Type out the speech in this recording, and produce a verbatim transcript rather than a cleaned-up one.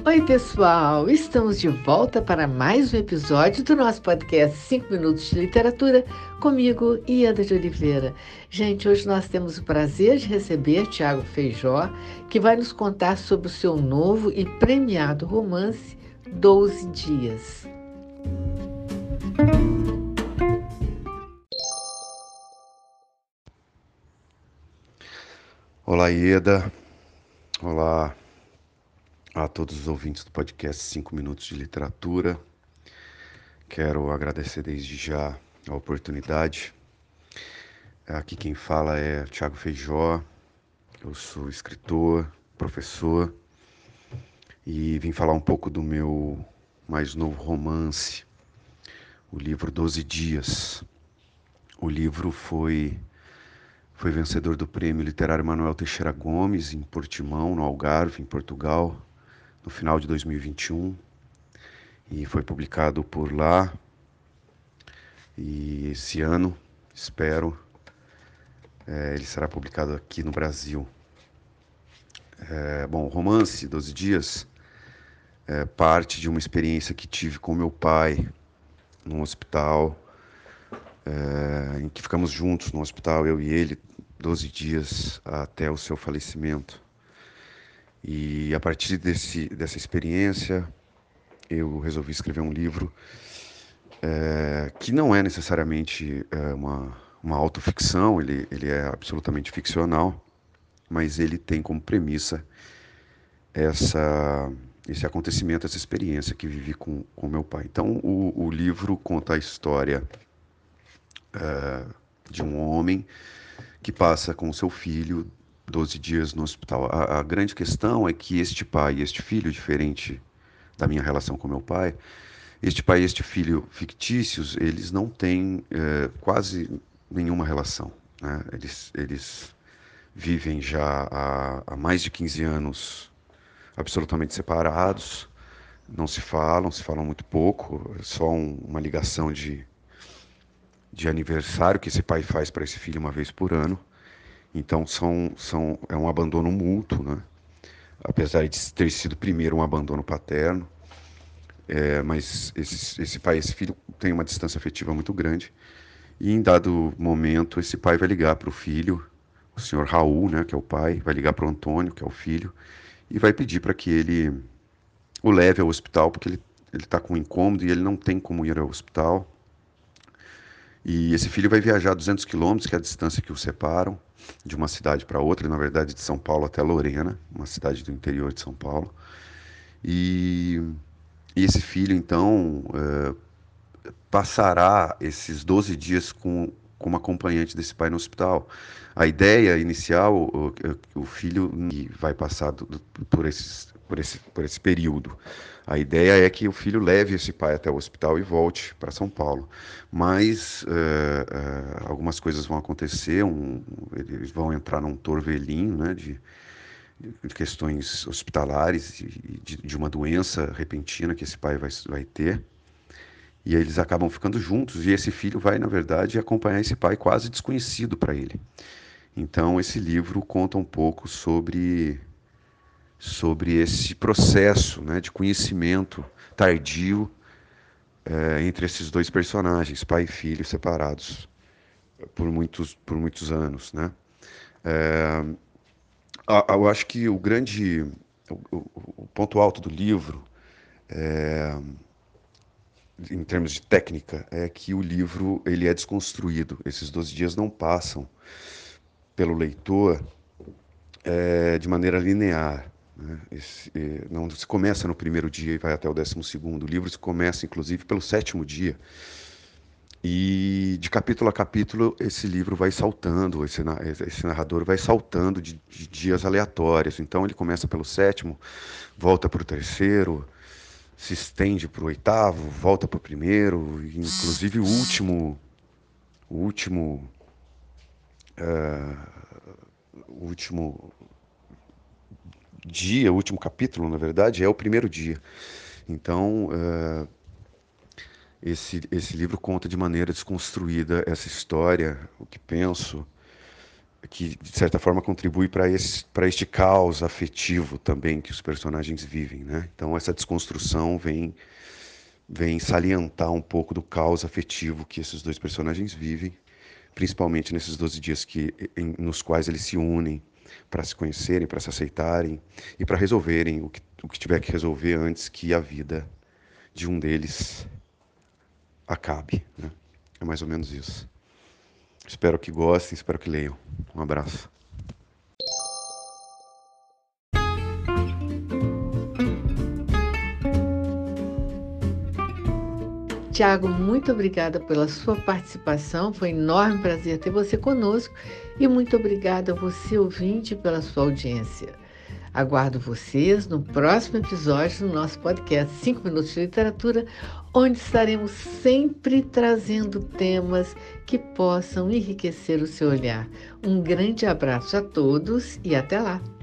Oi, pessoal! Estamos de volta para mais um episódio do nosso podcast cinco Minutos de Literatura, comigo, Ieda de Oliveira. Gente, hoje nós temos o prazer de receber Tiago Feijó, que vai nos contar sobre o seu novo e premiado romance, Doze Dias. Olá, Ieda. Olá a todos os ouvintes do podcast cinco Minutos de Literatura. Quero agradecer desde já a oportunidade. Aqui quem fala é Tiago Feijó. Eu sou escritor, professor e vim falar um pouco do meu mais novo romance, o livro Doze Dias. O livro foi, foi vencedor do Prêmio Literário Manuel Teixeira Gomes, em Portimão, no Algarve, em Portugal, no final de dois mil e vinte e um, e foi publicado por lá. E esse ano, espero, é, ele será publicado aqui no Brasil. É, bom, o romance Doze Dias é parte de uma experiência que tive com meu pai num hospital, é, em que ficamos juntos no hospital, eu e ele, doze dias até o seu falecimento. E a partir desse, dessa experiência, eu resolvi escrever um livro é, que não é necessariamente é, uma, uma autoficção, ele, ele é absolutamente ficcional, mas ele tem como premissa essa, esse acontecimento, essa experiência que vivi com, com meu pai. Então, o, o livro conta a história é, de um homem que passa com seu filho doze dias no hospital. A, a grande questão é que este pai e este filho, diferente da minha relação com meu pai, este pai e este filho fictícios, eles não têm é, quase nenhuma relação, né? Eles, eles vivem já há, há mais de quinze anos absolutamente separados, não se falam, se falam muito pouco, só um, uma ligação de, de aniversário que esse pai faz para esse filho uma vez por ano. Então são, são, é um abandono mútuo, né? Apesar de ter sido primeiro um abandono paterno, é, mas esse, esse pai e esse filho têm uma distância afetiva muito grande. E em dado momento, esse pai vai ligar para o filho, o senhor Raul, né, que é o pai, vai ligar para o Antônio, que é o filho, e vai pedir para que ele o leve ao hospital, porque ele ele está com um incômodo e ele não tem como ir ao hospital. E esse filho vai viajar duzentos quilômetros, que é a distância que o separam, de uma cidade para outra, na verdade de São Paulo até Lorena, uma cidade do interior de São Paulo. E, e esse filho, então, é, passará esses doze dias com, com uma acompanhante desse pai no hospital. A ideia inicial, o, o filho vai passar do, do, por, esses, por, esse, por esse período. A ideia é que o filho leve esse pai até o hospital e volte para São Paulo. Mas é, é, algumas coisas vão acontecer, um, eles vão entrar num torvelinho, né, de, de questões hospitalares e de, de uma doença repentina que esse pai vai, vai ter. E aí eles acabam ficando juntos, e esse filho vai, na verdade, acompanhar esse pai quase desconhecido para ele. Então, esse livro conta um pouco sobre, sobre esse processo, né, de conhecimento tardio é, entre esses dois personagens, pai e filho, separados por muitos, por muitos anos, né? É, eu acho que o grande, o, o, o ponto alto do livro, em termos de técnica, é que o livro ele é desconstruído. Esses doze dias não passam pelo leitor é, de maneira linear. Né? Esse, é, não se começa no primeiro dia e vai até o décimo segundo. O livro se começa, inclusive, pelo sétimo dia. E de capítulo a capítulo, esse livro vai saltando, esse, esse narrador vai saltando de, de dias aleatórios. Então, ele começa pelo sétimo, volta para o terceiro, se estende para o oitavo, volta para o primeiro, inclusive o último, o último, o último dia, o último capítulo, na verdade, é o primeiro dia. Então, uh, esse, esse livro conta de maneira desconstruída essa história, o que penso, que de certa forma contribui para esse, para este caos afetivo também que os personagens vivem, né? Então essa desconstrução vem vem salientar um pouco do caos afetivo que esses dois personagens vivem, principalmente nesses doze dias que, em, nos quais eles se unem para se conhecerem, para se aceitarem e para resolverem o que, o que tiver que resolver antes que a vida de um deles acabe, né? É mais ou menos isso. Espero que gostem, espero que leiam. Um abraço. Tiago, muito obrigada pela sua participação. Foi um enorme prazer ter você conosco e muito obrigada a você, ouvinte, pela sua audiência. Aguardo vocês no próximo episódio do nosso podcast cinco Minutos de Literatura, onde estaremos sempre trazendo temas que possam enriquecer o seu olhar. Um grande abraço a todos e até lá!